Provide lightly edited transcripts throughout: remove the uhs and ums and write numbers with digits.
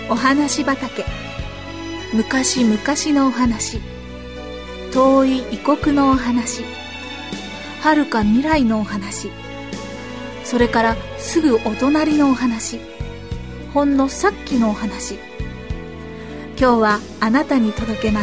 お話畑。昔々のお話、遠い異国のお話、遥か未来のお話、それからすぐお隣のお話、ほんのさっきのお話。今日はあなたに届けます。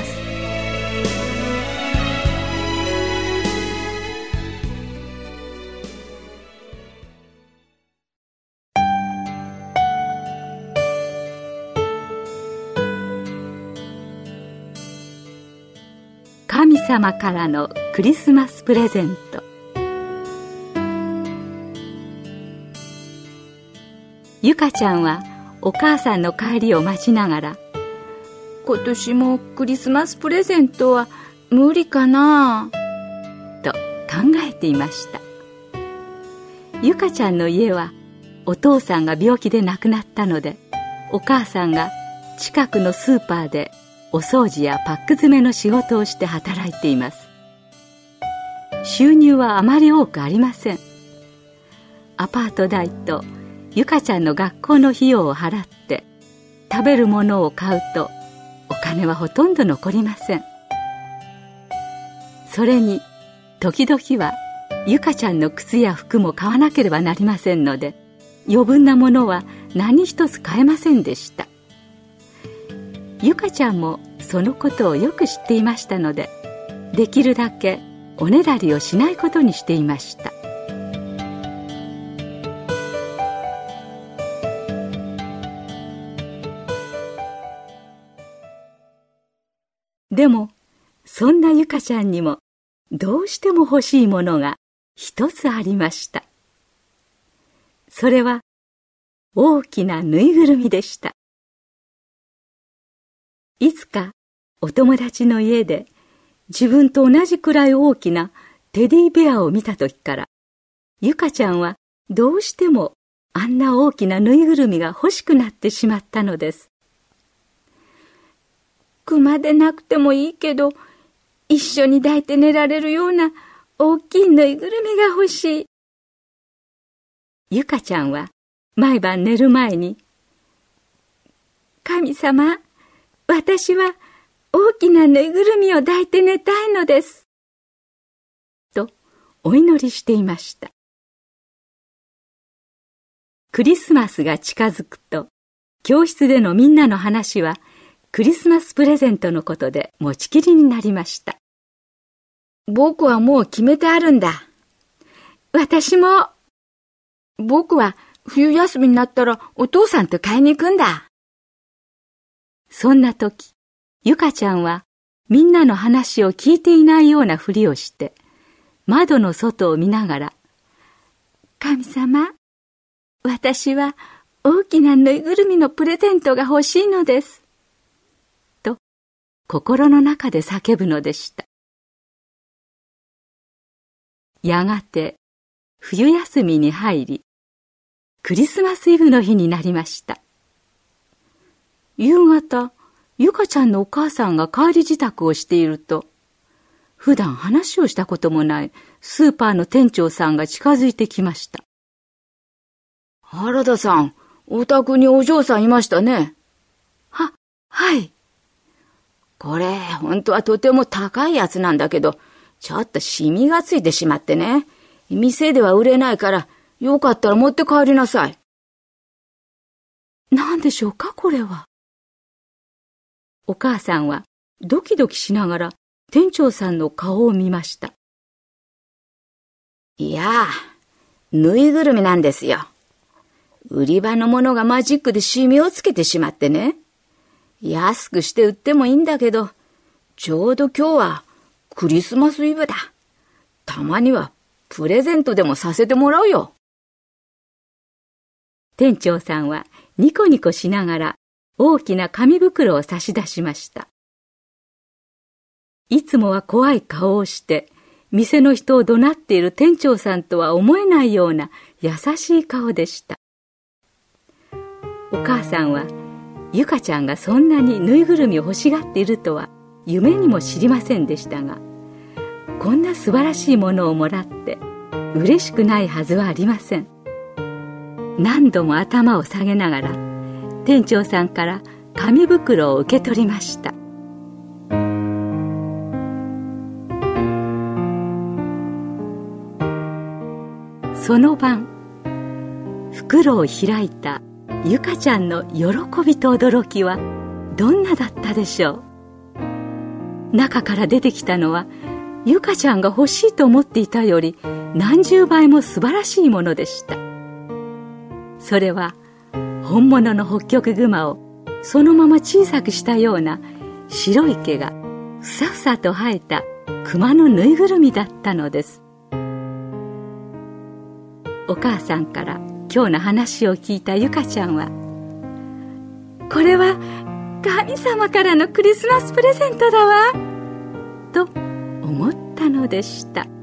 神様からのクリスマスプレゼント。ゆかちゃんはお母さんの帰りを待ちながら、 今年もクリスマスプレゼントは無理かなと考えていました。ゆかちゃんの家はお父さんが病気で亡くなったので、お母さんが近くのスーパーでお掃除やパック詰めの仕事をして働いています。収入はあまり多くありません。アパート代とゆかちゃんの学校の費用を払って食べるものを買うとお金はほとんど残りません。それに時々はゆかちゃんの靴や服も買わなければなりませんので、余分なものは何一つ買えませんでした。ゆかちゃんもそのことをよく知っていましたので、できるだけおねだりをしないことにしていました。でもそんなゆかちゃんにもどうしても欲しいものが一つありました。それは大きなぬいぐるみでした。いつかお友達の家で自分と同じくらい大きなテディベアを見た時から、ゆかちゃんはどうしてもあんな大きなぬいぐるみが欲しくなってしまったのです。 熊でなくてもいいけど、一緒に抱いて寝られるような大きいぬいぐるみが欲しい。 ゆかちゃんは毎晩寝る前に、 神様、私は大きなぬいぐるみを抱いて寝たいのです。 とお祈りしていました。クリスマスが近づくと、教室でのみんなの話はクリスマスプレゼントのことで持ちきりになりました。 僕はもう決めてあるんだ。私も。僕は冬休みになったらお父さんと買いに行くんだ。 そんな時、ゆかちゃんはみんなの話を聞いていないようなふりをして窓の外を見ながら、 神様、私は大きなぬいぐるみのプレゼントが欲しいのです。 と心の中で叫ぶのでした。やがて冬休みに入り、クリスマスイブの日になりました。夕方、ゆかちゃんのお母さんが帰り支度をしていると、普段話をしたこともないスーパーの店長さんが近づいてきました。 原田さん、お宅にお嬢さんいましたね。 はい。 これ、本当はとても高いやつなんだけど、ちょっとシミがついてしまってね。店では売れないから、よかったら持って帰りなさい。 何でしょうか、これは。お母さんはドキドキしながら店長さんの顔を見ました。 いや、ぬいぐるみなんですよ。売り場のものがマジックでシミをつけてしまってね。安くして売ってもいいんだけど、ちょうど今日はクリスマスイブだ。たまにはプレゼントでもさせてもらうよ。 店長さんはニコニコしながら大きな紙袋を差し出しました。いつもは怖い顔をして店の人を怒鳴っている店長さんとは思えないような優しい顔でした。お母さんはゆかちゃんがそんなにぬいぐるみを欲しがっているとは夢にも知りませんでしたが、こんな素晴らしいものをもらって嬉しくないはずはありません。何度も頭を下げながら店長さんから紙袋を受け取りました。その晩、袋を開いたゆかちゃんの喜びと驚きはどんなだったでしょう。中から出てきたのはゆかちゃんが欲しいと思っていたより何十倍も素晴らしいものでした。それは本物のホッキョクグマをそのまま小さくしたような白い毛がふさふさと生えた熊のぬいぐるみだったのです。お母さんから今日の話を聞いたゆかちゃんは、これは神様からのクリスマスプレゼントだわと思ったのでした。